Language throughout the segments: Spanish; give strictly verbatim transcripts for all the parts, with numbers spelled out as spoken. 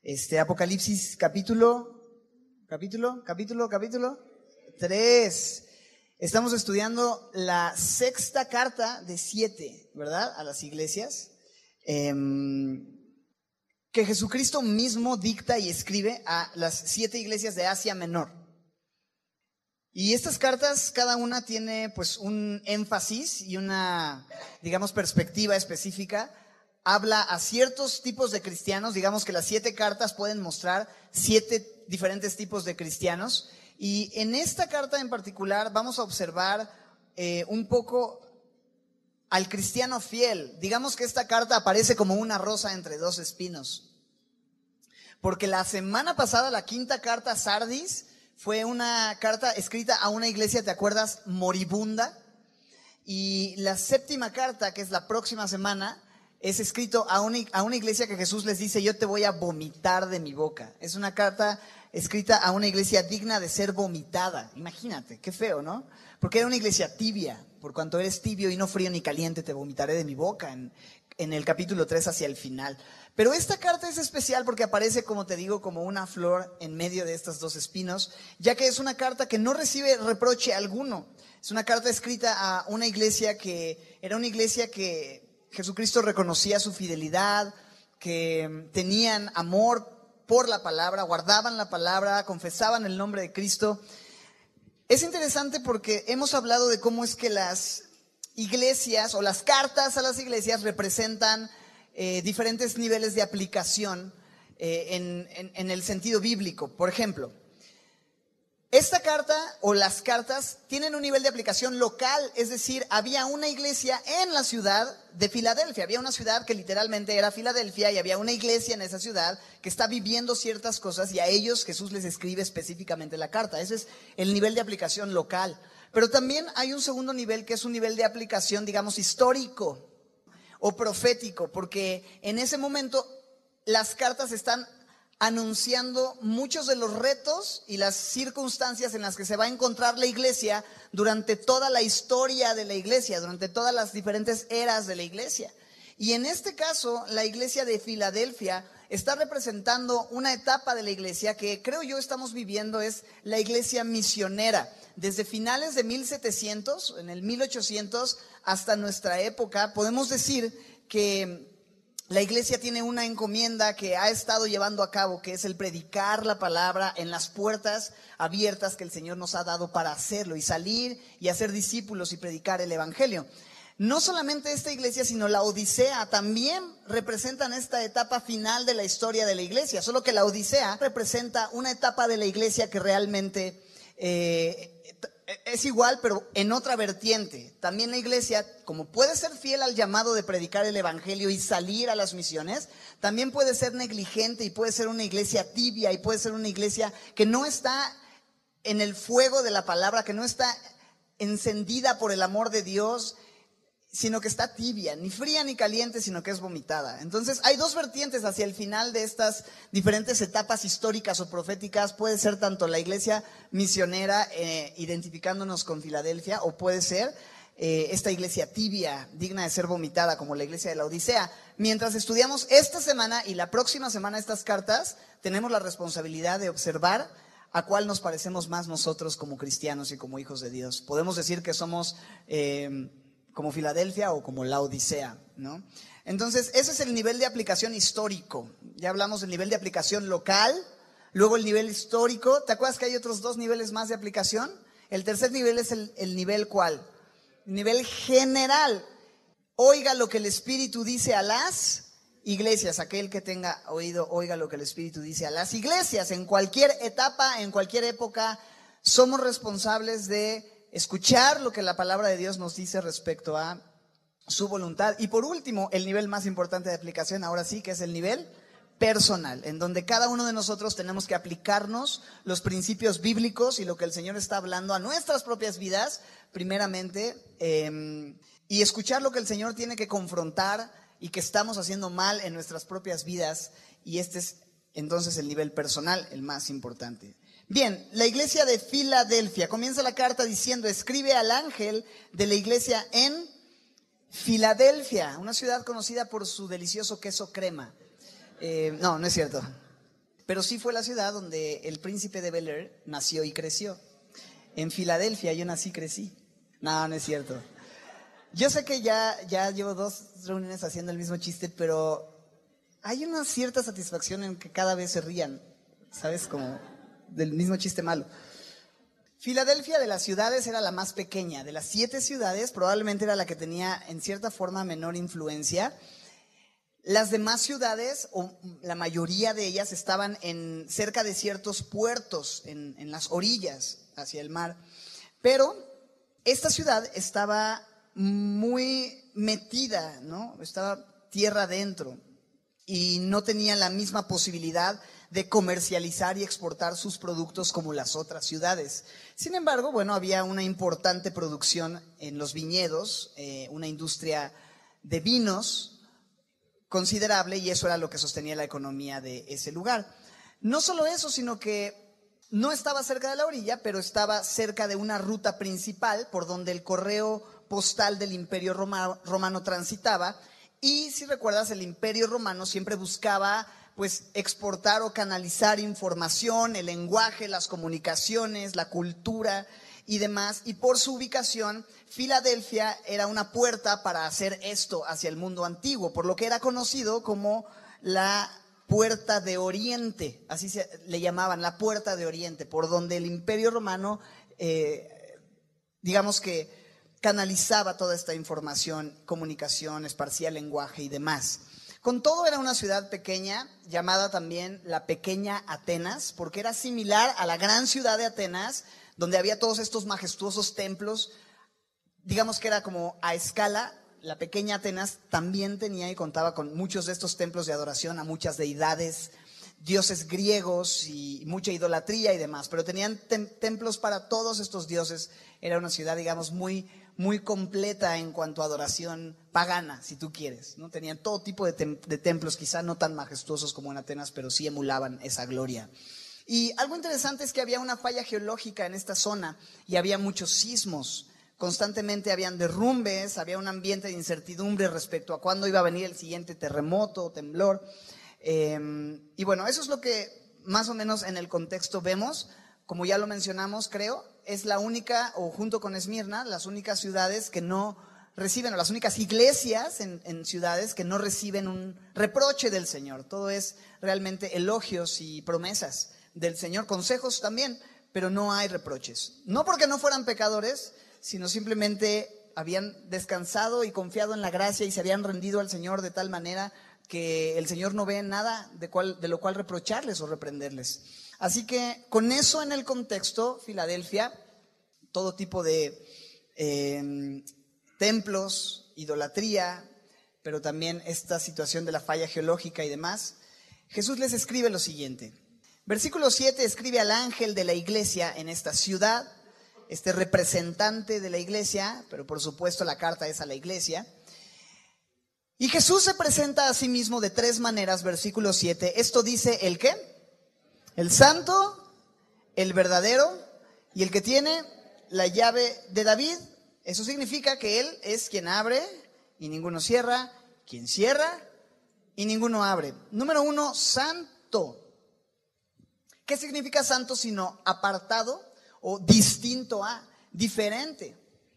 Este, Apocalipsis capítulo, capítulo, capítulo, capítulo tres. Estamos estudiando la sexta carta de siete, ¿verdad? A las iglesias. Eh, que Jesucristo mismo dicta y escribe a las siete iglesias de Asia Menor. Y estas cartas, cada una tiene pues un énfasis y una, digamos, perspectiva específica. Habla a ciertos tipos de cristianos. Digamos que las siete cartas pueden mostrar siete diferentes tipos de cristianos. Y en esta carta en particular vamos a observar eh, un poco al cristiano fiel. Digamos que esta carta aparece como una rosa entre dos espinos. Porque la semana pasada, la quinta carta, Sardis, fue una carta escrita a una iglesia, ¿te acuerdas? Moribunda. Y la séptima carta, que es la próxima semana, es escrito a una, a una iglesia que Jesús les dice: yo te voy a vomitar de mi boca. Es una carta escrita a una iglesia digna de ser vomitada. Imagínate, qué feo, ¿no? Porque era una iglesia tibia. Por cuanto eres tibio y no frío ni caliente, te vomitaré de mi boca, en, en el capítulo tres hacia el final. Pero esta carta es especial porque aparece, como te digo, como una flor en medio de estos dos espinos, ya que es una carta que no recibe reproche alguno. Es una carta escrita a una iglesia que era una iglesia que Jesucristo reconocía su fidelidad, que tenían amor por la palabra, guardaban la palabra, confesaban el nombre de Cristo. Es interesante porque hemos hablado de cómo es que las iglesias o las cartas a las iglesias representan eh, diferentes niveles de aplicación eh, en, en, en el sentido bíblico. Por ejemplo, esta carta o las cartas tienen un nivel de aplicación local, es decir, había una iglesia en la ciudad de Filadelfia, había una ciudad que literalmente era Filadelfia y había una iglesia en esa ciudad que está viviendo ciertas cosas y a ellos Jesús les escribe específicamente la carta. Ese es el nivel de aplicación local. Pero también hay un segundo nivel que es un nivel de aplicación, digamos, histórico o profético, porque en ese momento las cartas están anunciando muchos de los retos y las circunstancias en las que se va a encontrar la iglesia durante toda la historia de la iglesia, durante todas las diferentes eras de la iglesia. Y en este caso, la iglesia de Filadelfia está representando una etapa de la iglesia que creo yo estamos viviendo, es la iglesia misionera. Desde finales de mil setecientos, en el mil ochocientos, hasta nuestra época, podemos decir que la iglesia tiene una encomienda que ha estado llevando a cabo, que es el predicar la palabra en las puertas abiertas que el Señor nos ha dado para hacerlo y salir y hacer discípulos y predicar el evangelio. No solamente esta iglesia, sino la Odisea también representan esta etapa final de la historia de la iglesia, solo que la Odisea representa una etapa de la iglesia que realmente eh, es igual, pero en otra vertiente. También la iglesia, como puede ser fiel al llamado de predicar el evangelio y salir a las misiones, también puede ser negligente y puede ser una iglesia tibia y puede ser una iglesia que no está en el fuego de la palabra, que no está encendida por el amor de Dios, sino que está tibia, ni fría ni caliente, sino que es vomitada. Entonces hay dos vertientes hacia el final de estas diferentes etapas históricas o proféticas. Puede ser tanto la iglesia misionera eh, identificándonos con Filadelfia, o puede ser eh, esta iglesia tibia, digna de ser vomitada, como la iglesia de la Odisea. Mientras estudiamos esta semana y la próxima semana estas cartas, tenemos la responsabilidad de observar a cuál nos parecemos más nosotros como cristianos y como hijos de Dios. Podemos decir que somos Eh, como Filadelfia o como la Odisea, ¿no? Entonces, ese es el nivel de aplicación histórico. Ya hablamos del nivel de aplicación local, luego el nivel histórico. ¿Te acuerdas que hay otros dos niveles más de aplicación? El tercer nivel es el, el nivel ¿cuál? El nivel general. Oiga lo que el Espíritu dice a las iglesias. Aquel que tenga oído, oiga lo que el Espíritu dice a las iglesias. En cualquier etapa, en cualquier época, somos responsables de escuchar lo que la palabra de Dios nos dice respecto a su voluntad. Y por último, el nivel más importante de aplicación, ahora sí, que es el nivel personal, en donde cada uno de nosotros tenemos que aplicarnos los principios bíblicos y lo que el Señor está hablando a nuestras propias vidas, primeramente, eh, y escuchar lo que el Señor tiene que confrontar y que estamos haciendo mal en nuestras propias vidas. Y este es entonces el nivel personal, el más importante. Bien, la iglesia de Filadelfia, comienza la carta diciendo: escribe al ángel de la iglesia en Filadelfia, una ciudad conocida por su delicioso queso crema. Eh, no, no es cierto. pero sí fue la ciudad donde el príncipe de Bel-Air nació y creció. En Filadelfia yo nací y crecí. No, no es cierto. Yo sé que ya, ya llevo dos reuniones haciendo el mismo chiste, pero hay una cierta satisfacción en que cada vez se rían, ¿sabes? Como del mismo chiste malo. Filadelfia de las ciudades era la más pequeña. De las siete ciudades probablemente era la que tenía en cierta forma menor influencia. Las demás ciudades, o la mayoría de ellas, estaban en, cerca de ciertos puertos, en, en las orillas hacia el mar. Pero esta ciudad estaba muy metida, ¿no? Estaba tierra adentro y no tenía la misma posibilidad de comercializar y exportar sus productos como las otras ciudades. Sin embargo, bueno, había una importante producción en los viñedos, eh, una industria de vinos considerable, y eso era lo que sostenía la economía de ese lugar. No solo eso, sino que no estaba cerca de la orilla, pero estaba cerca de una ruta principal por donde el correo postal del Imperio Romano, Romano transitaba. Y si recuerdas, el Imperio Romano siempre buscaba pues exportar o canalizar información, el lenguaje, las comunicaciones, la cultura y demás. Y por su ubicación, Filadelfia era una puerta para hacer esto hacia el mundo antiguo, por lo que era conocido como la Puerta de Oriente, así se le llamaban, la Puerta de Oriente, por donde el Imperio Romano, eh, digamos que canalizaba toda esta información, comunicación, esparcía lenguaje y demás. Con todo, era una ciudad pequeña, llamada también la Pequeña Atenas, porque era similar a la gran ciudad de Atenas, donde había todos estos majestuosos templos. Digamos que era como a escala. La Pequeña Atenas también tenía y contaba con muchos de estos templos de adoración a muchas deidades, dioses griegos y mucha idolatría y demás, pero tenían tem- templos para todos estos dioses. Era una ciudad, digamos, muy, muy completa en cuanto a adoración pagana, si tú quieres, ¿no? Tenían todo tipo de, tem- de templos, quizá no tan majestuosos como en Atenas, pero sí emulaban esa gloria. Y algo interesante es que había una falla geológica en esta zona y había muchos sismos. Constantemente habían derrumbes, había un ambiente de incertidumbre respecto a cuándo iba a venir el siguiente terremoto o temblor. Eh, y bueno, eso es lo que más o menos en el contexto vemos. Como ya lo mencionamos, creo, es la única, o junto con Esmirna, las únicas ciudades que no reciben, o las únicas iglesias en, en ciudades que no reciben un reproche del Señor. Todo es realmente elogios y promesas del Señor, consejos también, pero no hay reproches. No porque no fueran pecadores, sino simplemente habían descansado y confiado en la gracia y se habían rendido al Señor de tal manera que el Señor no ve nada de, cual, de lo cual reprocharles o reprenderles. Así que con eso en el contexto, Filadelfia, todo tipo de eh, templos, idolatría, pero también esta situación de la falla geológica y demás, Jesús les escribe lo siguiente. Versículo siete escribe al ángel de la iglesia en esta ciudad, este representante de la iglesia, pero por supuesto la carta es a la iglesia. Y Jesús se presenta a sí mismo de tres maneras, versículo siete. Esto dice, ¿el qué? El santo, el verdadero y el que tiene la llave de David. Eso significa que Él es quien abre y ninguno cierra, quien cierra y ninguno abre. Número uno, santo. ¿Qué significa santo sino apartado o distinto a, diferente?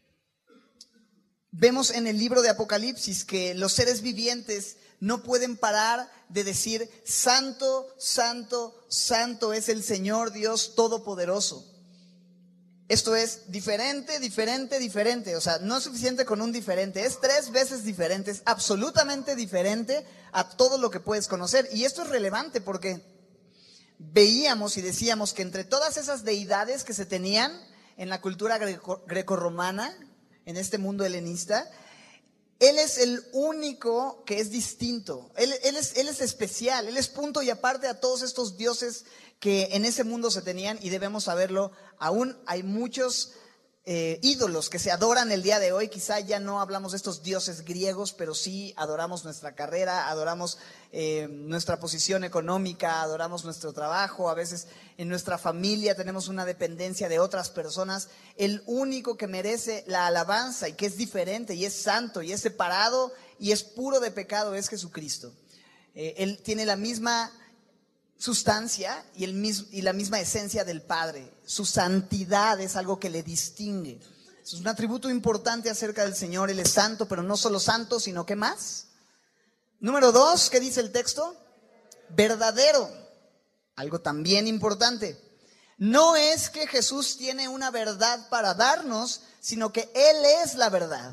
Vemos en el libro de Apocalipsis que los seres vivientes no pueden parar de decir, santo, santo, santo es el Señor Dios Todopoderoso. Esto es diferente, diferente, diferente. O sea, no es suficiente con un diferente, es tres veces diferente, es absolutamente diferente a todo lo que puedes conocer. Y esto es relevante porque veíamos y decíamos que entre todas esas deidades que se tenían en la cultura greco- grecorromana, en este mundo helenista, Él es el único que es distinto. Él, él, es, él es especial, Él es punto y aparte a todos estos dioses que en ese mundo se tenían, y debemos saberlo. Aún hay muchos eh, ídolos que se adoran el día de hoy. Quizá ya no hablamos de estos dioses griegos, pero sí adoramos nuestra carrera, adoramos eh, nuestra posición económica, adoramos nuestro trabajo. A veces en nuestra familia tenemos una dependencia de otras personas. El único que merece la alabanza y que es diferente y es santo y es separado y es puro de pecado es Jesucristo. Eh, él tiene la misma sustancia y, el mis, y la misma esencia del Padre. Su santidad es algo que le distingue. Es un atributo importante acerca del Señor. Él es santo, pero no solo santo, sino ¿qué más? Número dos, ¿qué dice el texto? Verdadero. Algo también importante. No es que Jesús tiene una verdad para darnos, sino que Él es la verdad.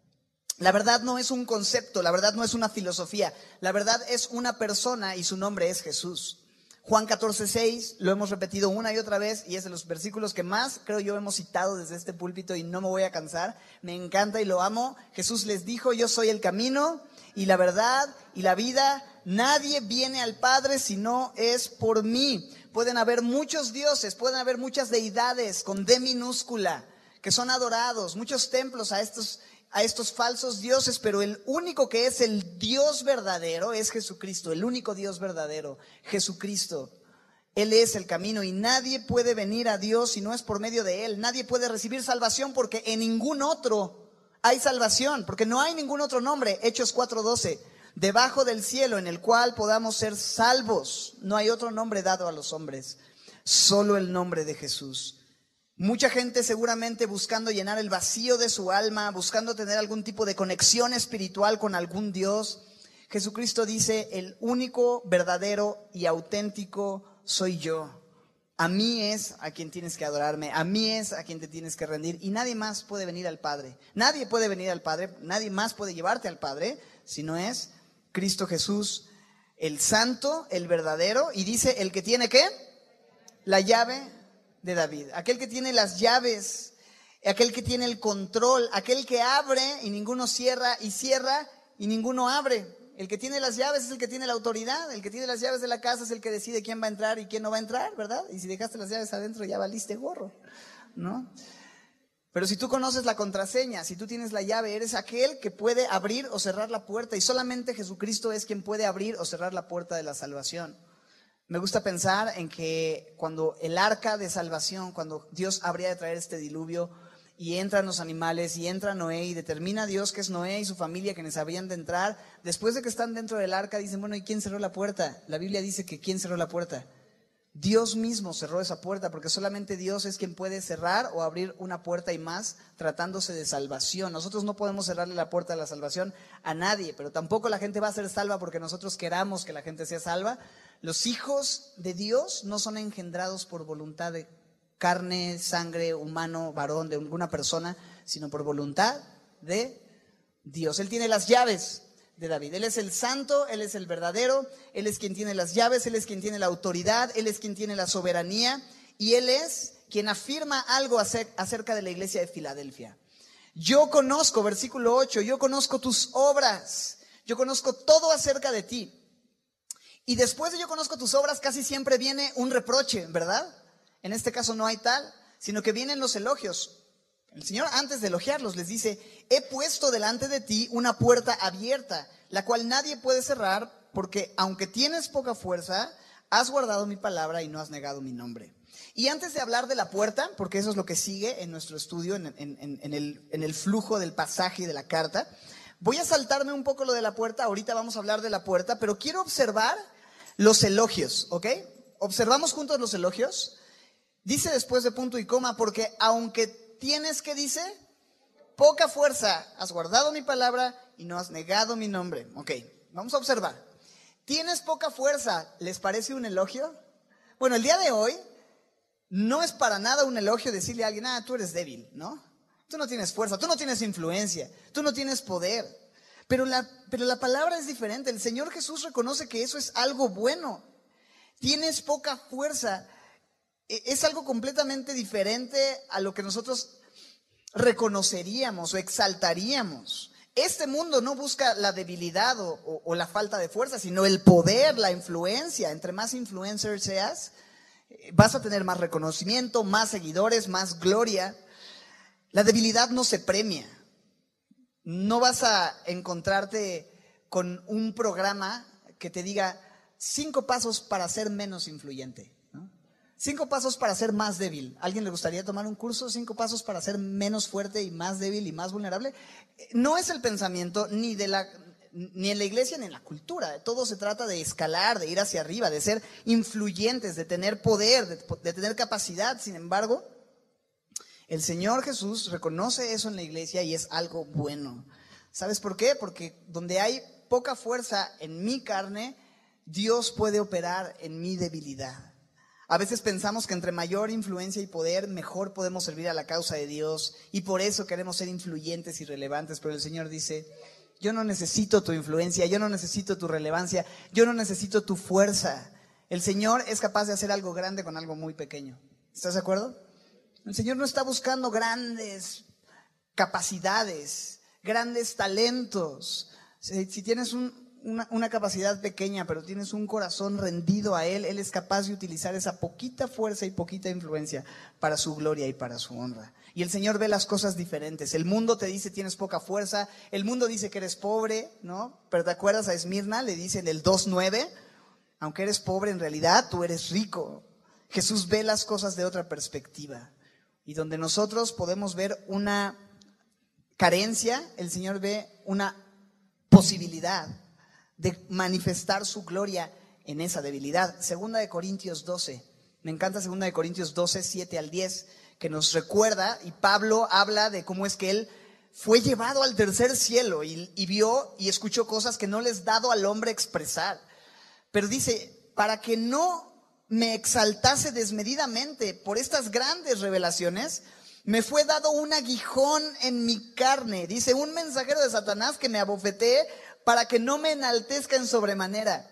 La verdad no es un concepto, la verdad no es una filosofía. La verdad es una persona y su nombre es Jesús. Juan catorce seis, lo hemos repetido una y otra vez y es de los versículos que más creo yo hemos citado desde este púlpito y no me voy a cansar. Me encanta y lo amo. Jesús les dijo: yo soy el camino y la verdad y la vida. Nadie viene al Padre si no es por mí. Pueden haber muchos dioses, pueden haber muchas deidades con D minúscula que son adorados, muchos templos a estos a estos falsos dioses, pero el único que es el Dios verdadero es Jesucristo, el único Dios verdadero, Jesucristo. Él es el camino y nadie puede venir a Dios si no es por medio de Él. Nadie puede recibir salvación porque en ningún otro hay salvación, porque no hay ningún otro nombre. Hechos cuatro doce, debajo del cielo en el cual podamos ser salvos. No hay otro nombre dado a los hombres, solo el nombre de Jesús. Mucha gente seguramente buscando llenar el vacío de su alma, buscando tener algún tipo de conexión espiritual con algún Dios. Jesucristo dice: el único, verdadero y auténtico soy yo. A mí es a quien tienes que adorarme, a mí es a quien te tienes que rendir y nadie más puede venir al Padre. Nadie puede venir al Padre, nadie más puede llevarte al Padre si no es Cristo Jesús, el santo, el verdadero. Y dice: el que tiene ¿qué? La llave de David, aquel que tiene las llaves, aquel que tiene el control, aquel que abre y ninguno cierra y cierra y ninguno abre. El que tiene las llaves es el que tiene la autoridad, el que tiene las llaves de la casa es el que decide quién va a entrar y quién no va a entrar, ¿verdad? Y si dejaste las llaves adentro ya valiste gorro, ¿no? Pero si tú conoces la contraseña, si tú tienes la llave, eres aquel que puede abrir o cerrar la puerta y solamente Jesucristo es quien puede abrir o cerrar la puerta de la salvación. Me gusta pensar en que cuando el arca de salvación, cuando Dios habría de traer este diluvio y entran los animales y entra Noé y determina Dios que es Noé y su familia quienes habrían de entrar, después de que están dentro del arca dicen: bueno, ¿y quién cerró la puerta? La Biblia dice que ¿quién cerró la puerta? Dios mismo cerró esa puerta, porque solamente Dios es quien puede cerrar o abrir una puerta y más tratándose de salvación. Nosotros no podemos cerrarle la puerta de la salvación a nadie, pero tampoco la gente va a ser salva porque nosotros queramos que la gente sea salva. Los hijos de Dios no son engendrados por voluntad de carne, sangre, humano, varón, de ninguna persona, sino por voluntad de Dios. Él tiene las llaves de David. Él es el santo, Él es el verdadero, Él es quien tiene las llaves, Él es quien tiene la autoridad, Él es quien tiene la soberanía y Él es quien afirma algo acerca de la iglesia de Filadelfia. Yo conozco, versículo ocho, yo conozco tus obras, yo conozco todo acerca de ti. Y después de yo conozco tus obras casi siempre viene un reproche, ¿verdad? En este caso no hay tal, sino que vienen los elogios. El Señor, antes de elogiarlos, les dice: he puesto delante de ti una puerta abierta, la cual nadie puede cerrar, porque aunque tienes poca fuerza, has guardado mi palabra y no has negado mi nombre. Y antes de hablar de la puerta, porque eso es lo que sigue en nuestro estudio, en, en, en, en, el, en el flujo del pasaje y de la carta, voy a saltarme un poco lo de la puerta. Ahorita vamos a hablar de la puerta, pero quiero observar los elogios, ¿ok? Observamos juntos los elogios. Dice después de punto y coma: porque aunque tienes, ¿qué dice? Poca fuerza, has guardado mi palabra y no has negado mi nombre. Ok, vamos a observar. Tienes poca fuerza, ¿les parece un elogio? Bueno, el día de hoy no es para nada un elogio decirle a alguien: ah, tú eres débil, ¿no? Tú no tienes fuerza, tú no tienes influencia, tú no tienes poder. Pero la, pero la palabra es diferente. El Señor Jesús reconoce que eso es algo bueno. Tienes poca fuerza. Es algo completamente diferente a lo que nosotros reconoceríamos o exaltaríamos. Este mundo no busca la debilidad o, o, o la falta de fuerza, sino el poder, la influencia. Entre más influencer seas, vas a tener más reconocimiento, más seguidores, más gloria. La debilidad no se premia. No vas a encontrarte con un programa que te diga cinco pasos para ser menos influyente, ¿no? Cinco pasos para ser más débil. ¿A alguien le gustaría tomar un curso? Cinco pasos para ser menos fuerte y más débil y más vulnerable. No es el pensamiento ni de la, ni en la iglesia ni en la cultura. Todo se trata de escalar, de ir hacia arriba, de ser influyentes, de tener poder, de, de tener capacidad. Sin embargo, el Señor Jesús reconoce eso en la iglesia y es algo bueno. ¿Sabes por qué? Porque donde hay poca fuerza en mi carne, Dios puede operar en mi debilidad. A veces pensamos que entre mayor influencia y poder, mejor podemos servir a la causa de Dios y por eso queremos ser influyentes y relevantes, pero el Señor dice, yo no necesito tu influencia, yo no necesito tu relevancia, yo no necesito tu fuerza. El Señor es capaz de hacer algo grande con algo muy pequeño. ¿Estás de acuerdo? El Señor no está buscando grandes capacidades, grandes talentos. Si, si tienes un... Una, una capacidad pequeña, pero tienes un corazón rendido a Él, Él es capaz de utilizar esa poquita fuerza y poquita influencia para su gloria y para su honra. Y el Señor ve las cosas diferentes. El mundo te dice tienes poca fuerza, el mundo dice que eres pobre, ¿no? Pero ¿te acuerdas a Esmirna? Le dice en el dos nueve, aunque eres pobre, en realidad tú eres rico. Jesús ve las cosas de otra perspectiva. Y donde nosotros podemos ver una carencia, el Señor ve una posibilidad de manifestar su gloria en esa debilidad. Segunda de Corintios doce, me encanta Segunda de Corintios doce, siete al diez, que nos recuerda, y Pablo habla de cómo es que él fue llevado al tercer cielo y, y vio y escuchó cosas que no les dado al hombre expresar. Pero dice, para que no me exaltase desmedidamente por estas grandes revelaciones, me fue dado un aguijón en mi carne. Dice, un mensajero de Satanás que me abofetee para que no me enaltezca en sobremanera.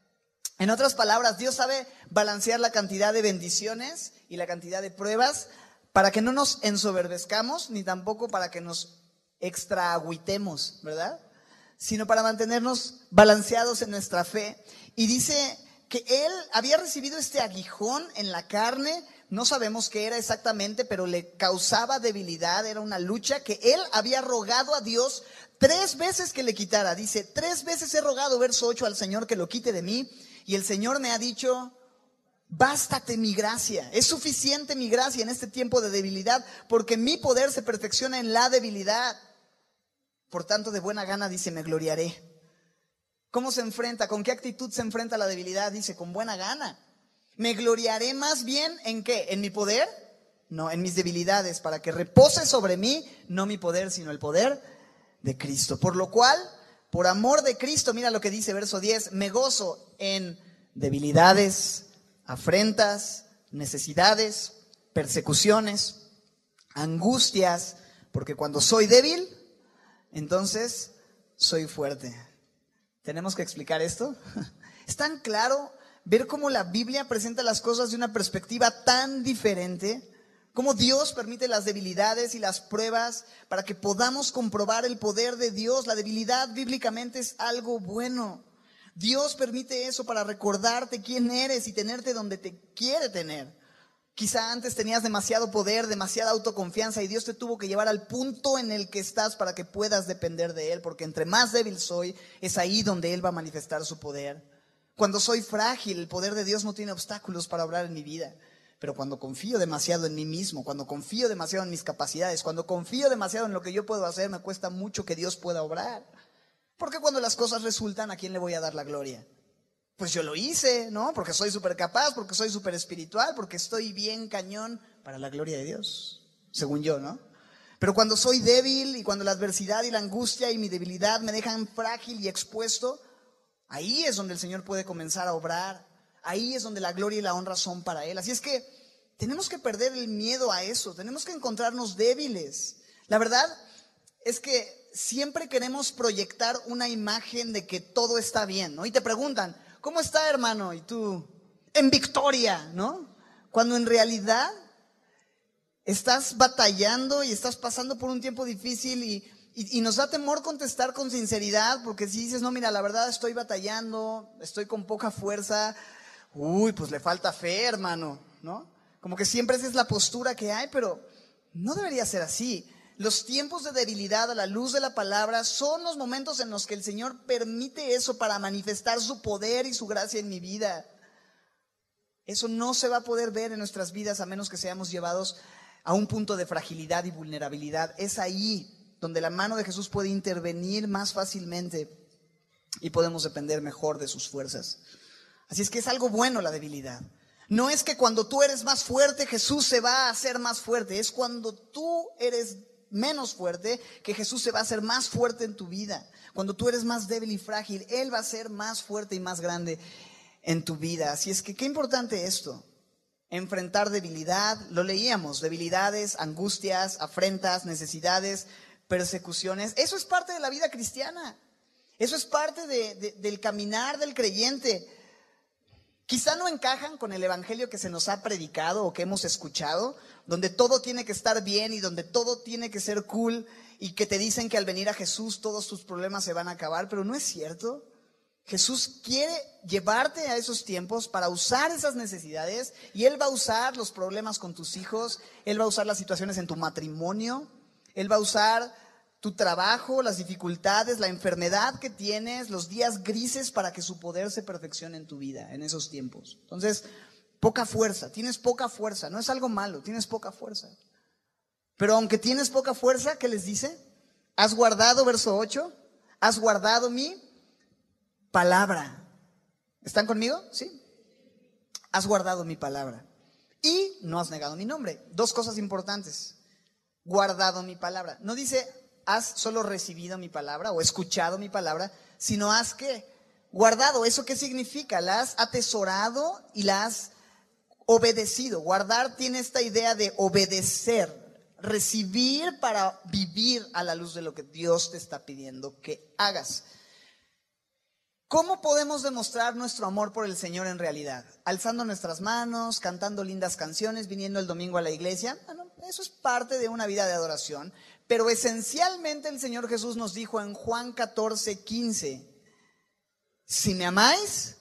En otras palabras, Dios sabe balancear la cantidad de bendiciones y la cantidad de pruebas para que no nos ensoberbezcamos, ni tampoco para que nos extraagüitemos, ¿verdad? Sino para mantenernos balanceados en nuestra fe. Y dice que él había recibido este aguijón en la carne. No sabemos qué era exactamente, pero le causaba debilidad, era una lucha que él había rogado a Dios tres veces que le quitara. Dice, tres veces he rogado, verso ocho, al Señor que lo quite de mí, y el Señor me ha dicho, bástate mi gracia, es suficiente mi gracia en este tiempo de debilidad, porque mi poder se perfecciona en la debilidad. Por tanto, de buena gana, dice, me gloriaré. ¿Cómo se enfrenta? ¿Con qué actitud se enfrenta la debilidad? Dice, con buena gana. ¿Me gloriaré más bien en qué? ¿En mi poder? No, en mis debilidades, para que repose sobre mí, no mi poder, sino el poder de Cristo. Por lo cual, por amor de Cristo, mira lo que dice verso diez, me gozo en debilidades, afrentas, necesidades, persecuciones, angustias, porque cuando soy débil, entonces soy fuerte. ¿Tenemos que explicar esto? ¿Es tan claro ver cómo la Biblia presenta las cosas de una perspectiva tan diferente? Cómo Dios permite las debilidades y las pruebas para que podamos comprobar el poder de Dios. La debilidad bíblicamente es algo bueno. Dios permite eso para recordarte quién eres y tenerte donde te quiere tener. Quizá antes tenías demasiado poder, demasiada autoconfianza y Dios te tuvo que llevar al punto en el que estás para que puedas depender de Él, porque entre más débil soy, es ahí donde Él va a manifestar su poder. Cuando soy frágil, el poder de Dios no tiene obstáculos para obrar en mi vida. Pero cuando confío demasiado en mí mismo, cuando confío demasiado en mis capacidades, cuando confío demasiado en lo que yo puedo hacer, me cuesta mucho que Dios pueda obrar. Porque cuando las cosas resultan, ¿a quién le voy a dar la gloria? Pues yo lo hice, ¿no? Porque soy súper capaz, porque soy súper espiritual, porque estoy bien cañón para la gloria de Dios, según yo, ¿no? Pero cuando soy débil y cuando la adversidad y la angustia y mi debilidad me dejan frágil y expuesto, ahí es donde el Señor puede comenzar a obrar. Ahí es donde la gloria y la honra son para Él. Así es que tenemos que perder el miedo a eso. Tenemos que encontrarnos débiles. La verdad es que siempre queremos proyectar una imagen de que todo está bien, ¿no? Y te preguntan, ¿cómo está, hermano? Y tú, en victoria, ¿no? Cuando en realidad estás batallando y estás pasando por un tiempo difícil y, y, y nos da temor contestar con sinceridad, porque si dices, no, mira, la verdad estoy batallando, estoy con poca fuerza. Uy, pues le falta fe, hermano, ¿no? Como que siempre esa es la postura que hay, pero no debería ser así. Los tiempos de debilidad a la luz de la palabra son los momentos en los que el Señor permite eso para manifestar su poder y su gracia en mi vida. Eso no se va a poder ver en nuestras vidas a menos que seamos llevados a un punto de fragilidad y vulnerabilidad. Es ahí donde la mano de Jesús puede intervenir más fácilmente. y podemos depender mejor de sus fuerzas. Así es que es algo bueno la debilidad. No es que cuando tú eres más fuerte, Jesús se va a hacer más fuerte. Es cuando tú eres menos fuerte que Jesús se va a hacer más fuerte en tu vida. Cuando tú eres más débil y frágil, Él va a ser más fuerte y más grande en tu vida. Así es que qué importante esto. Enfrentar debilidad, lo leíamos, debilidades, angustias, afrentas, necesidades, persecuciones. Eso es parte de la vida cristiana. Eso es parte de, de, del caminar del creyente. Quizá no encajan con el evangelio que se nos ha predicado o que hemos escuchado, donde todo tiene que estar bien y donde todo tiene que ser cool y que te dicen que al venir a Jesús todos tus problemas se van a acabar, pero no es cierto. Jesús quiere llevarte a esos tiempos para usar esas necesidades y Él va a usar los problemas con tus hijos, Él va a usar las situaciones en tu matrimonio, Él va a usar tu trabajo, las dificultades, la enfermedad que tienes, los días grises para que su poder se perfeccione en tu vida en esos tiempos. Entonces, poca fuerza, tienes poca fuerza, no es algo malo, tienes poca fuerza. Pero aunque tienes poca fuerza, ¿qué les dice? Has guardado, verso ocho, has guardado mi palabra. ¿Están conmigo? ¿Sí? Has guardado mi palabra y no has negado mi nombre. Dos cosas importantes. Guardado mi palabra. No dice has solo recibido mi palabra o escuchado mi palabra, sino has ¿qué? Guardado. ¿Eso qué significa? La has atesorado y la has obedecido. Guardar tiene esta idea de obedecer, recibir para vivir a la luz de lo que Dios te está pidiendo que hagas. ¿Cómo podemos demostrar nuestro amor por el Señor en realidad? Alzando nuestras manos, cantando lindas canciones, viniendo el domingo a la iglesia. Bueno, eso es parte de una vida de adoración. Pero esencialmente el Señor Jesús nos dijo en Juan catorce, quince, si me amáis,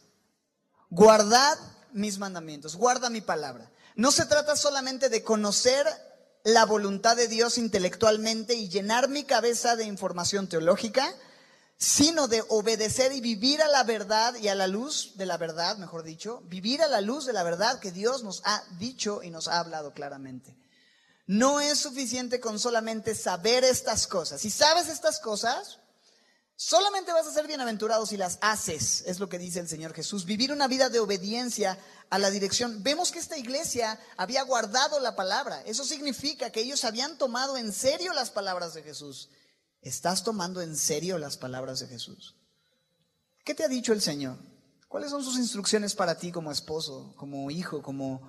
guardad mis mandamientos, guarda mi palabra. No se trata solamente de conocer la voluntad de Dios intelectualmente y llenar mi cabeza de información teológica, sino de obedecer y vivir a la verdad y a la luz de la verdad, mejor dicho, vivir a la luz de la verdad que Dios nos ha dicho y nos ha hablado claramente. No es suficiente con solamente saber estas cosas. Si sabes estas cosas, solamente vas a ser bienaventurado si las haces, es lo que dice el Señor Jesús. Vivir una vida de obediencia a la dirección. Vemos que esta iglesia había guardado la palabra. Eso significa que ellos habían tomado en serio las palabras de Jesús. ¿Estás tomando en serio las palabras de Jesús? ¿Qué te ha dicho el Señor? ¿Cuáles son sus instrucciones para ti como esposo, como hijo, como,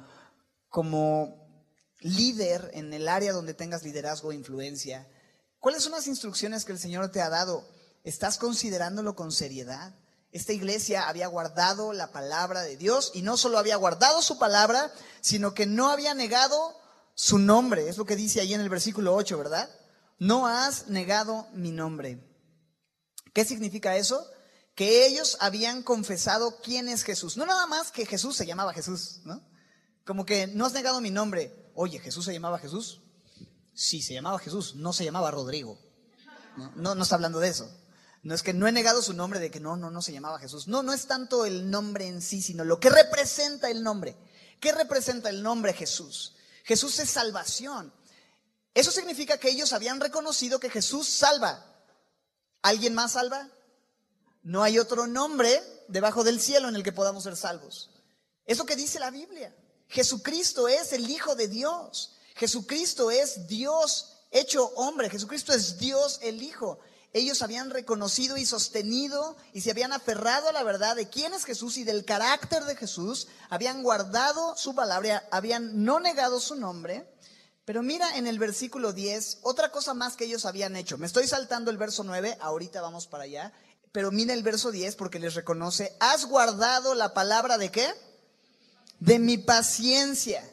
como líder en el área donde tengas liderazgo e influencia? ¿Cuáles son las instrucciones que el Señor te ha dado? ¿Estás considerándolo con seriedad? Esta iglesia había guardado la palabra de Dios y no solo había guardado su palabra, sino que no había negado su nombre. Es lo que dice ahí en el versículo ocho, ¿verdad? No has negado mi nombre. ¿Qué significa eso? Que ellos habían confesado quién es Jesús. No nada más que Jesús se llamaba Jesús, ¿no? Como que no has negado mi nombre. Oye, ¿Jesús se llamaba Jesús? Sí, se llamaba Jesús, no se llamaba Rodrigo. No, no, no está hablando de eso. No es que no he negado su nombre de que no, no, no se llamaba Jesús. No, no es tanto el nombre en sí, sino lo que representa el nombre. ¿Qué representa el nombre Jesús? Jesús es salvación. Eso significa que ellos habían reconocido que Jesús salva. ¿Alguien más salva? No hay otro nombre debajo del cielo en el que podamos ser salvos. Es lo que dice la Biblia. Jesucristo es el Hijo de Dios. Jesucristo es Dios hecho hombre. Jesucristo es Dios el Hijo. Ellos habían reconocido y sostenido y se habían aferrado a la verdad de quién es Jesús y del carácter de Jesús. Habían guardado su palabra, habían no negado su nombre. Pero mira en el versículo diez, otra cosa más que ellos habían hecho. Me estoy saltando el verso nueve, ahorita vamos para allá. Pero mira el verso diez porque les reconoce, ¿has guardado la palabra de qué? De mi paciencia.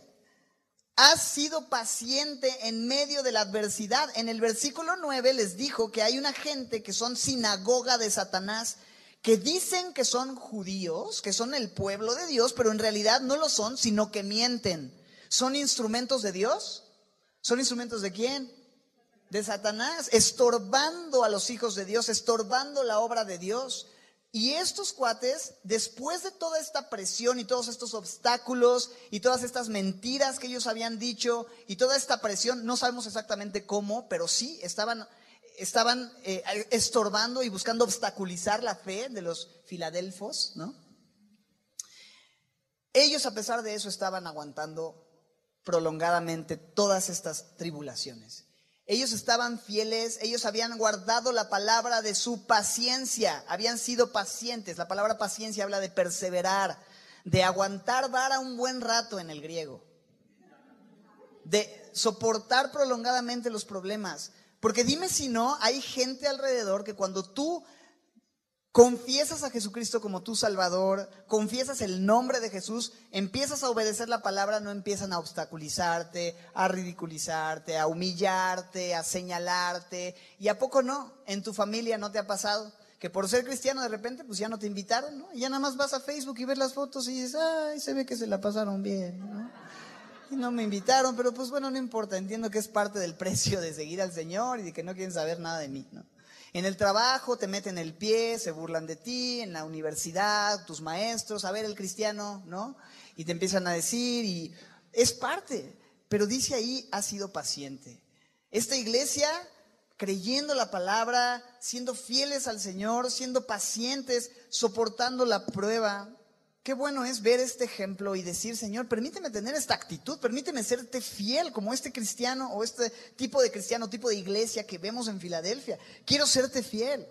Has sido paciente en medio de la adversidad. En el versículo nueve les dijo que hay una gente que son sinagoga de Satanás, que dicen que son judíos, que son el pueblo de Dios, pero en realidad no lo son, sino que mienten. ¿Son instrumentos de Dios? ¿Son instrumentos de quién? De Satanás, estorbando a los hijos de Dios, estorbando la obra de Dios. Y estos cuates, después de toda esta presión y todos estos obstáculos y todas estas mentiras que ellos habían dicho y toda esta presión, no sabemos exactamente cómo, pero sí estaban estaban eh, estorbando y buscando obstaculizar la fe de los filadelfos, ¿no? Ellos, a pesar de eso, estaban aguantando prolongadamente todas estas tribulaciones. Ellos estaban fieles, ellos habían guardado la palabra de su paciencia, habían sido pacientes. La palabra paciencia habla de perseverar, de aguantar vara un buen rato en el griego, de soportar prolongadamente los problemas. Porque dime si no, hay gente alrededor que cuando tú confiesas a Jesucristo como tu Salvador, confiesas el nombre de Jesús, empiezas a obedecer la palabra, no empiezan a obstaculizarte, a ridiculizarte, a humillarte, a señalarte. ¿Y a poco no? ¿En tu familia no te ha pasado? Que por ser cristiano de repente pues ya no te invitaron, ¿no? Y ya nada más vas a Facebook y ves las fotos y dices, ay, se ve que se la pasaron bien, ¿no? Y no me invitaron, pero pues bueno, no importa, entiendo que es parte del precio de seguir al Señor y de que no quieren saber nada de mí, ¿no? En el trabajo te meten el pie, se burlan de ti, en la universidad, tus maestros, a ver el cristiano, ¿no? Y te empiezan a decir, y es parte, pero dice ahí, ha sido paciente. Esta iglesia, creyendo la palabra, siendo fieles al Señor, siendo pacientes, soportando la prueba. Qué bueno es ver este ejemplo y decir, Señor, permíteme tener esta actitud, permíteme serte fiel como este cristiano o este tipo de cristiano, tipo de iglesia que vemos en Filadelfia. Quiero serte fiel.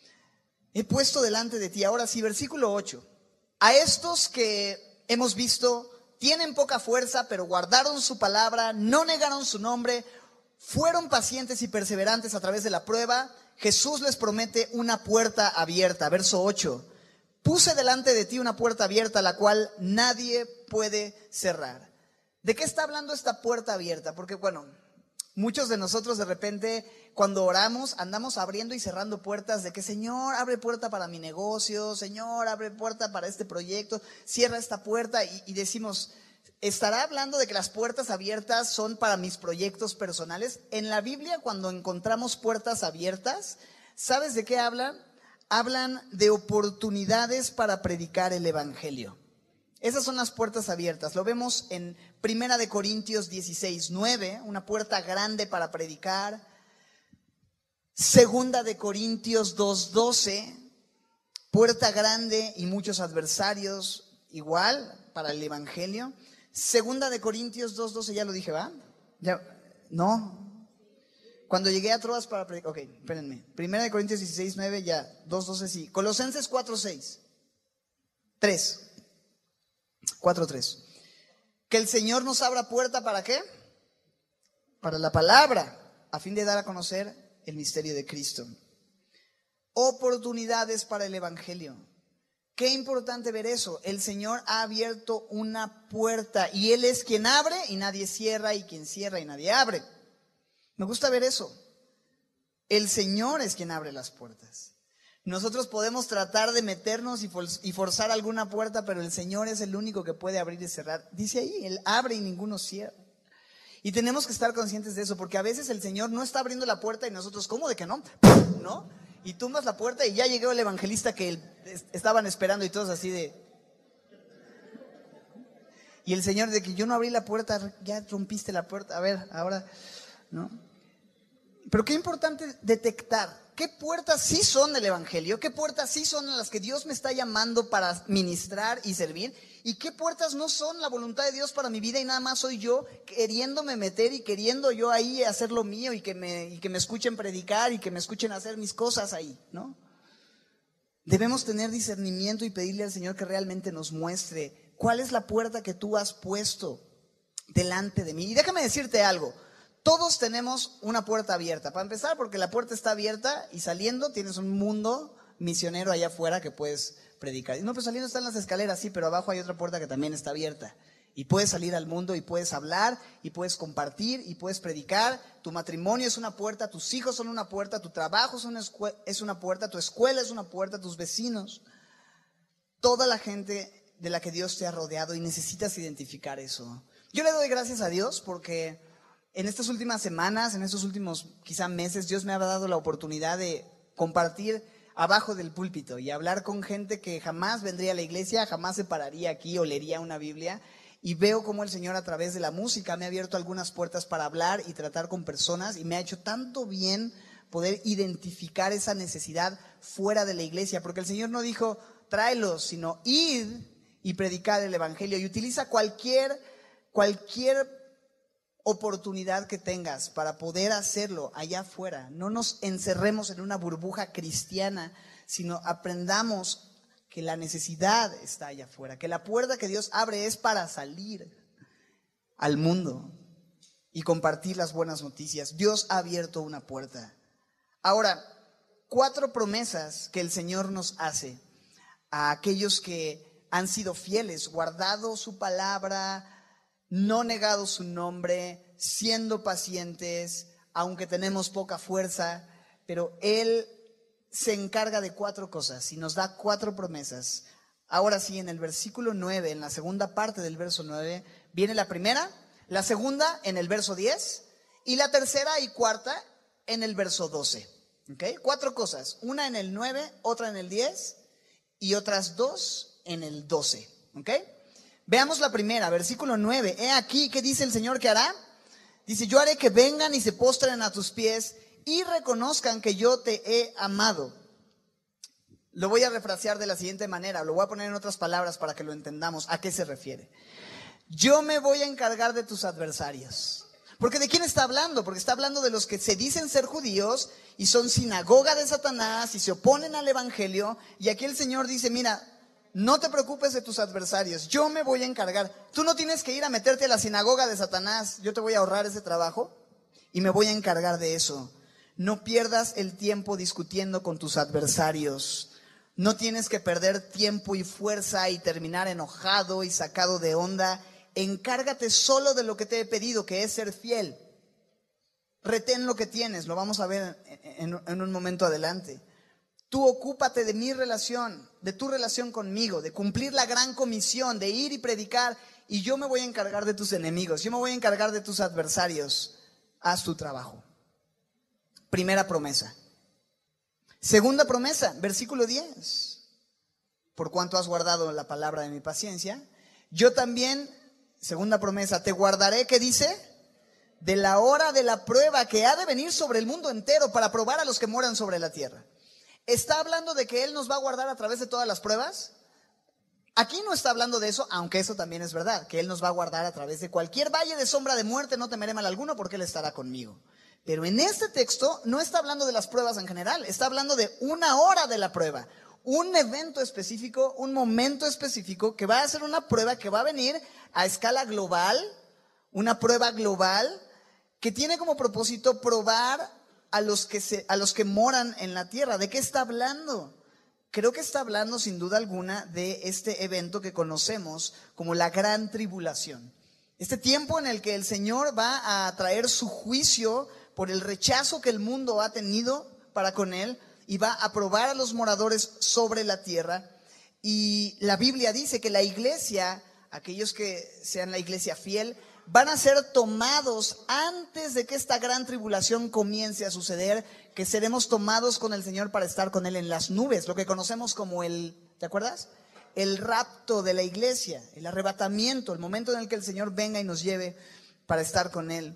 He puesto delante de ti. Ahora sí, versículo ocho. A estos que hemos visto, tienen poca fuerza, pero guardaron su palabra, no negaron su nombre, fueron pacientes y perseverantes a través de la prueba. Jesús les promete una puerta abierta. Verso ocho. Puse delante de ti una puerta abierta, la cual nadie puede cerrar. ¿De qué está hablando esta puerta abierta? Porque, bueno, muchos de nosotros de repente, cuando oramos, andamos abriendo y cerrando puertas de que, Señor, abre puerta para mi negocio, Señor, abre puerta para este proyecto, cierra esta puerta y, y decimos, ¿estará hablando de que las puertas abiertas son para mis proyectos personales? En la Biblia, cuando encontramos puertas abiertas, ¿sabes de qué hablan? Hablan de oportunidades para predicar el evangelio. Esas son las puertas abiertas. Lo vemos en Primera de Corintios dieciséis, nueve, una puerta grande para predicar. Segunda de Corintios dos, doce, puerta grande y muchos adversarios, igual para el evangelio. Segunda de Corintios dos, doce, ya lo dije, ¿va? Ya, no. Cuando llegué a Troas para predicar, ok, espérenme. Primera de Corintios dieciséis, nueve, ya, dos, doce, sí. Colosenses cuatro, seis. tres. cuatro, tres. Que el Señor nos abra puerta, ¿para qué? Para la palabra, a fin de dar a conocer el misterio de Cristo. Oportunidades para el evangelio. Qué importante ver eso. El Señor ha abierto una puerta y Él es quien abre y nadie cierra, y quien cierra y nadie abre. Me gusta ver eso. El Señor es quien abre las puertas. Nosotros podemos tratar de meternos y forzar alguna puerta, pero el Señor es el único que puede abrir y cerrar. Dice ahí, Él abre y ninguno cierra. Y tenemos que estar conscientes de eso, porque a veces el Señor no está abriendo la puerta y nosotros, ¿cómo de que no? ¿No? Y tumbas la puerta y ya llegó el evangelista que estaban esperando y todos así de... Y el Señor de que yo no abrí la puerta, ya rompiste la puerta, a ver, ahora... ¿no? Pero qué importante detectar qué puertas sí son del evangelio, qué puertas sí son a las que Dios me está llamando para ministrar y servir, y qué puertas no son la voluntad de Dios para mi vida y nada más soy yo queriéndome meter y queriendo yo ahí hacer lo mío y que me, y que me escuchen predicar y que me escuchen hacer mis cosas ahí, ¿no? Debemos tener discernimiento y pedirle al Señor que realmente nos muestre cuál es la puerta que tú has puesto delante de mí. Y déjame decirte algo. Todos tenemos una puerta abierta. Para empezar, porque la puerta está abierta y saliendo tienes un mundo misionero allá afuera que puedes predicar. Y no, pues saliendo están las escaleras, sí, pero abajo hay otra puerta que también está abierta. Y puedes salir al mundo y puedes hablar y puedes compartir y puedes predicar. Tu matrimonio es una puerta, tus hijos son una puerta, tu trabajo es una, escue- es una puerta, tu escuela es una puerta, tus vecinos. Toda la gente de la que Dios te ha rodeado y necesitas identificar eso. Yo le doy gracias a Dios porque... en estas últimas semanas, en estos últimos quizá meses, Dios me ha dado la oportunidad de compartir abajo del púlpito y hablar con gente que jamás vendría a la iglesia, jamás se pararía aquí o leería una Biblia. Y veo cómo el Señor a través de la música me ha abierto algunas puertas para hablar y tratar con personas y me ha hecho tanto bien poder identificar esa necesidad fuera de la iglesia, porque el Señor no dijo, tráelos, sino id y predicar el evangelio, y utiliza cualquier, cualquier oportunidad que tengas para poder hacerlo allá afuera. No nos encerremos en una burbuja cristiana, sino aprendamos que la necesidad está allá afuera, que la puerta que Dios abre es para salir al mundo y compartir las buenas noticias. Dios ha abierto una puerta. Ahora, cuatro promesas que el Señor nos hace a aquellos que han sido fieles, guardado su palabra, no negado su nombre, siendo pacientes, aunque tenemos poca fuerza, pero Él se encarga de cuatro cosas y nos da cuatro promesas. Ahora sí, en el versículo nueve, en la segunda parte del verso nueve, viene la primera, la segunda en el verso diez y la tercera y cuarta en el verso doce. ¿Okay? Cuatro cosas, una en el nueve, otra en el diez y otras dos en el doce. ¿Okay? Veamos la primera, versículo nueve. He aquí, ¿qué dice el Señor que hará? Dice, yo haré que vengan y se postren a tus pies y reconozcan que yo te he amado. Lo voy a refrasear de la siguiente manera, lo voy a poner en otras palabras para que lo entendamos. ¿A qué se refiere? Yo me voy a encargar de tus adversarios. Porque ¿de quién está hablando? Porque está hablando de los que se dicen ser judíos y son sinagoga de Satanás y se oponen al evangelio. Y aquí el Señor dice, mira, no te preocupes de tus adversarios, yo me voy a encargar. Tú no tienes que ir a meterte a la sinagoga de Satanás, yo te voy a ahorrar ese trabajo y me voy a encargar de eso. No pierdas el tiempo discutiendo con tus adversarios. No tienes que perder tiempo y fuerza y terminar enojado y sacado de onda. Encárgate solo de lo que te he pedido, que es ser fiel. Retén lo que tienes, lo vamos a ver en, en, en un momento adelante. Tú ocúpate de mi relación, de tu relación conmigo, de cumplir la gran comisión, de ir y predicar, y yo me voy a encargar de tus enemigos, yo me voy a encargar de tus adversarios. Haz tu trabajo. Primera promesa. Segunda promesa, versículo diez. Por cuanto has guardado la palabra de mi paciencia, yo también, segunda promesa, te guardaré, ¿qué dice? De la hora de la prueba que ha de venir sobre el mundo entero para probar a los que moran sobre la tierra. ¿Está hablando de que Él nos va a guardar a través de todas las pruebas? Aquí no está hablando de eso, aunque eso también es verdad, que Él nos va a guardar a través de cualquier valle de sombra de muerte, no temeré mal alguno porque Él estará conmigo. Pero en este texto no está hablando de las pruebas en general, está hablando de una hora de la prueba, un evento específico, un momento específico que va a ser una prueba que va a venir a escala global, una prueba global que tiene como propósito probar a los que se, a los que moran en la tierra. ¿De qué está hablando? Creo que está hablando sin duda alguna de este evento que conocemos como la gran tribulación. Este tiempo en el que el Señor va a traer su juicio por el rechazo que el mundo ha tenido para con Él y va a probar a los moradores sobre la tierra. Y la Biblia dice que la iglesia, aquellos que sean la iglesia fiel, van a ser tomados antes de que esta gran tribulación comience a suceder, que seremos tomados con el Señor para estar con Él en las nubes, lo que conocemos como el, ¿te acuerdas? El rapto de la iglesia, el arrebatamiento, el momento en el que el Señor venga y nos lleve para estar con Él.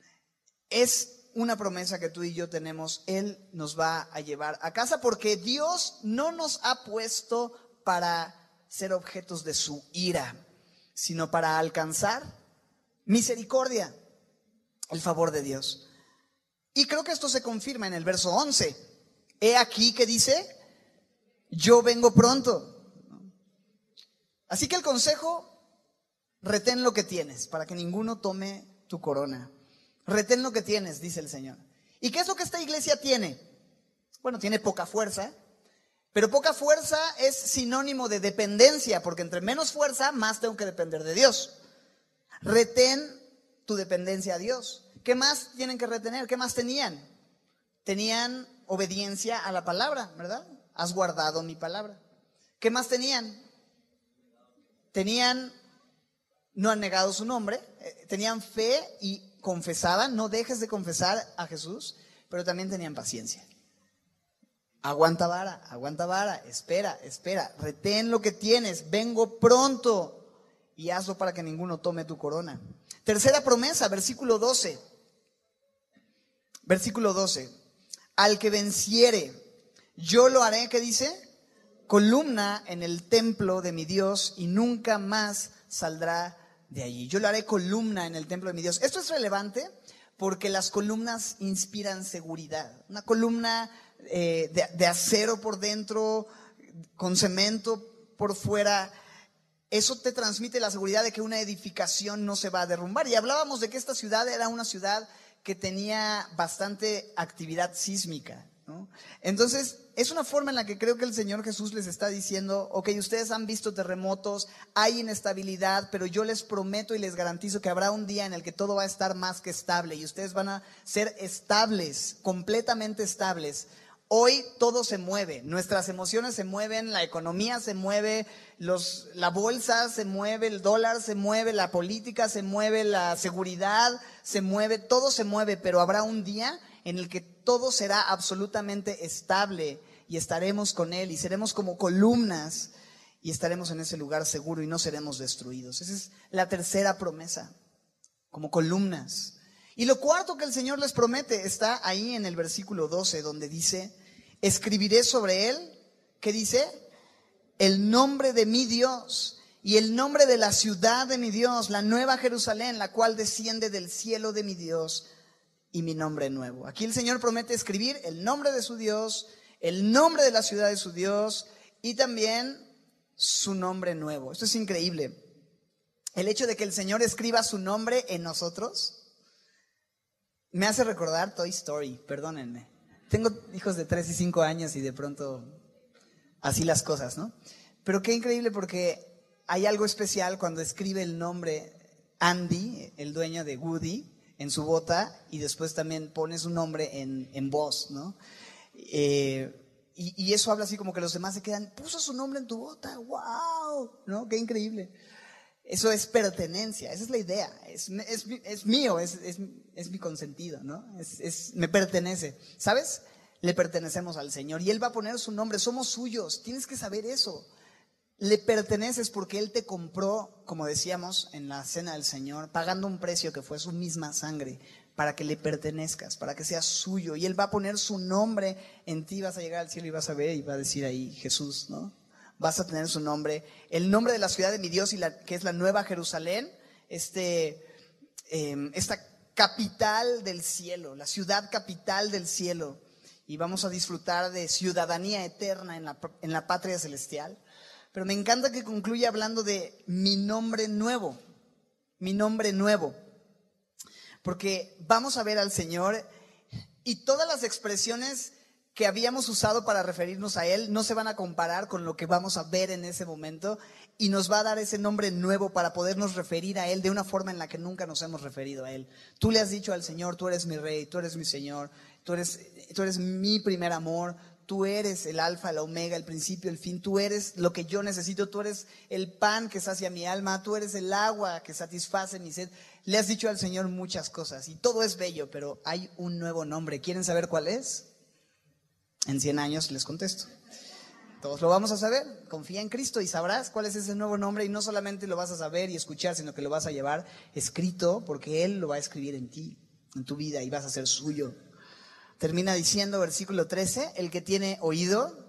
Es una promesa que tú y yo tenemos, Él nos va a llevar a casa porque Dios no nos ha puesto para ser objetos de su ira, sino para alcanzar misericordia, el favor de Dios. Y creo que esto se confirma en el verso once. He aquí que dice, yo vengo pronto. Así que el consejo, retén lo que tienes para que ninguno tome tu corona. Retén lo que tienes, dice el Señor. ¿Y qué es lo que esta iglesia tiene? Bueno, tiene poca fuerza, pero poca fuerza es sinónimo de dependencia, porque entre menos fuerza, más tengo que depender de Dios. Retén tu dependencia a Dios. ¿Qué más tienen que retener? ¿Qué más tenían? Tenían obediencia a la palabra, ¿verdad? Has guardado mi palabra. ¿Qué más tenían? Tenían, no han negado su nombre, eh, tenían fe y confesaban, no dejes de confesar a Jesús, pero también tenían paciencia. Aguanta vara, aguanta vara, espera, espera, retén lo que tienes, vengo pronto. Y hazlo para que ninguno tome tu corona. Tercera promesa, versículo doce. Versículo doce. al que venciere, yo lo haré, ¿qué dice? Columna en el templo de mi Dios y nunca más saldrá de allí. Yo lo haré columna en el templo de mi Dios. Esto es relevante porque las columnas inspiran seguridad. Una columna eh, de, de acero por dentro, con cemento por fuera, eso te transmite la seguridad de que una edificación no se va a derrumbar. Y hablábamos de que esta ciudad era una ciudad que tenía bastante actividad sísmica, ¿no? Entonces, es una forma en la que creo que el Señor Jesús les está diciendo, ok, ustedes han visto terremotos, hay inestabilidad, pero yo les prometo y les garantizo que habrá un día en el que todo va a estar más que estable y ustedes van a ser estables, completamente estables. Hoy todo se mueve, nuestras emociones se mueven, la economía se mueve, los, la bolsa se mueve, el dólar se mueve, la política se mueve, la seguridad se mueve, todo se mueve, pero habrá un día en el que todo será absolutamente estable y estaremos con Él y seremos como columnas y estaremos en ese lugar seguro y no seremos destruidos. Esa es la tercera promesa, como columnas. Y lo cuarto que el Señor les promete está ahí en el versículo doce, donde dice, escribiré sobre él, ¿qué dice? El nombre de mi Dios y el nombre de la ciudad de mi Dios, la nueva Jerusalén, la cual desciende del cielo de mi Dios, y mi nombre nuevo. Aquí el Señor promete escribir el nombre de su Dios, el nombre de la ciudad de su Dios y también su nombre nuevo. Esto es increíble. El hecho de que el Señor escriba su nombre en nosotros me hace recordar Toy Story, perdónenme. Tengo hijos de tres y cinco años y de pronto así las cosas, ¿no? Pero qué increíble porque hay algo especial cuando escribe el nombre Andy, el dueño de Woody, en su bota y después también pone su nombre en, en voz, ¿no? Eh, y, y eso habla así como que los demás se quedan, puso su nombre en tu bota, wow, ¿no? Qué increíble. Eso es pertenencia, esa es la idea, es, es, es mío, es, es, es mi consentido, ¿no? Es, es, me pertenece, ¿sabes? Le pertenecemos al Señor y Él va a poner su nombre, somos suyos, tienes que saber eso. Le perteneces porque Él te compró, como decíamos en la cena del Señor, pagando un precio que fue su misma sangre, para que le pertenezcas, para que seas suyo. Y Él va a poner su nombre en ti, vas a llegar al cielo y vas a ver y va a decir ahí Jesús, ¿no? Vas a tener su nombre, el nombre de la ciudad de mi Dios, y la, que es la Nueva Jerusalén, este, eh, esta capital del cielo, la ciudad capital del cielo. Y vamos a disfrutar de ciudadanía eterna en la, en la patria celestial. Pero me encanta que concluya hablando de mi nombre nuevo, mi nombre nuevo. Porque vamos a ver al Señor y todas las expresiones que habíamos usado para referirnos a Él no se van a comparar con lo que vamos a ver en ese momento y nos va a dar ese nombre nuevo para podernos referir a Él de una forma en la que nunca nos hemos referido a Él. Tú le has dicho al Señor, tú eres mi Rey, tú eres mi Señor, tú eres, tú eres mi primer amor. Tú eres el alfa, el omega, el principio, el fin. Tú eres lo que yo necesito. Tú eres el pan que sacia mi alma. Tú eres el agua que satisface mi sed. Le has dicho al Señor muchas cosas y todo es bello, pero hay un nuevo nombre. ¿Quieren saber cuál es? En cien años les contesto. Todos lo vamos a saber. Confía en Cristo y sabrás cuál es ese nuevo nombre. Y no solamente lo vas a saber y escuchar, sino que lo vas a llevar escrito, porque Él lo va a escribir en ti, en tu vida, y vas a ser suyo. Termina diciendo, versículo trece, el que tiene oído,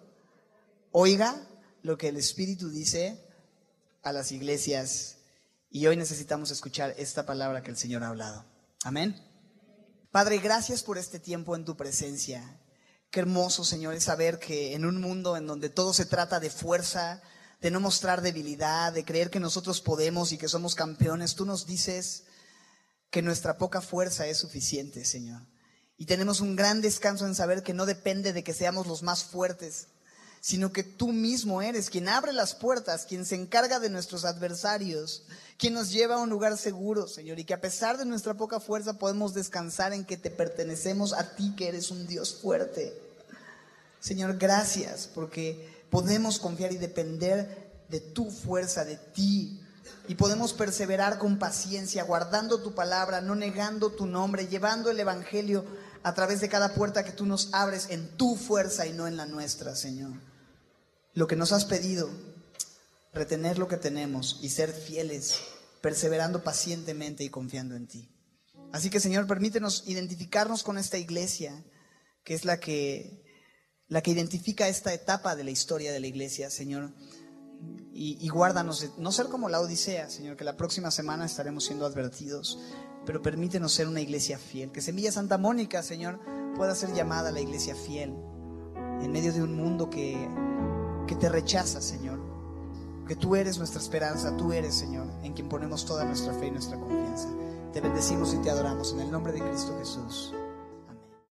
oiga lo que el Espíritu dice a las iglesias. Y hoy necesitamos escuchar esta palabra que el Señor ha hablado. Amén. Padre, gracias por este tiempo en tu presencia. Qué hermoso, Señor, es saber que en un mundo en donde todo se trata de fuerza, de no mostrar debilidad, de creer que nosotros podemos y que somos campeones, tú nos dices que nuestra poca fuerza es suficiente, Señor. Y tenemos un gran descanso en saber que no depende de que seamos los más fuertes, sino que tú mismo eres quien abre las puertas, quien se encarga de nuestros adversarios, quien nos lleva a un lugar seguro, Señor, y que a pesar de nuestra poca fuerza podemos descansar en que te pertenecemos a ti, que eres un Dios fuerte. Señor, gracias porque podemos confiar y depender de tu fuerza, de ti. Y podemos perseverar con paciencia, guardando tu palabra, no negando tu nombre, llevando el evangelio a través de cada puerta que tú nos abres en tu fuerza y no en la nuestra, Señor. Lo que nos has pedido, retener lo que tenemos y ser fieles, perseverando pacientemente y confiando en ti. Así que, Señor, permítenos identificarnos con esta iglesia que es la que, la que identifica esta etapa de la historia de la iglesia, Señor. Y, y guárdanos de no ser como la Odisea, Señor, que la próxima semana estaremos siendo advertidos, pero permítenos ser una iglesia fiel. Que Semilla Santa Mónica, Señor, pueda ser llamada la iglesia fiel en medio de un mundo que, que te rechaza, Señor. Que tú eres nuestra esperanza, tú eres, Señor, en quien ponemos toda nuestra fe y nuestra confianza. Te bendecimos y te adoramos en el nombre de Cristo Jesús.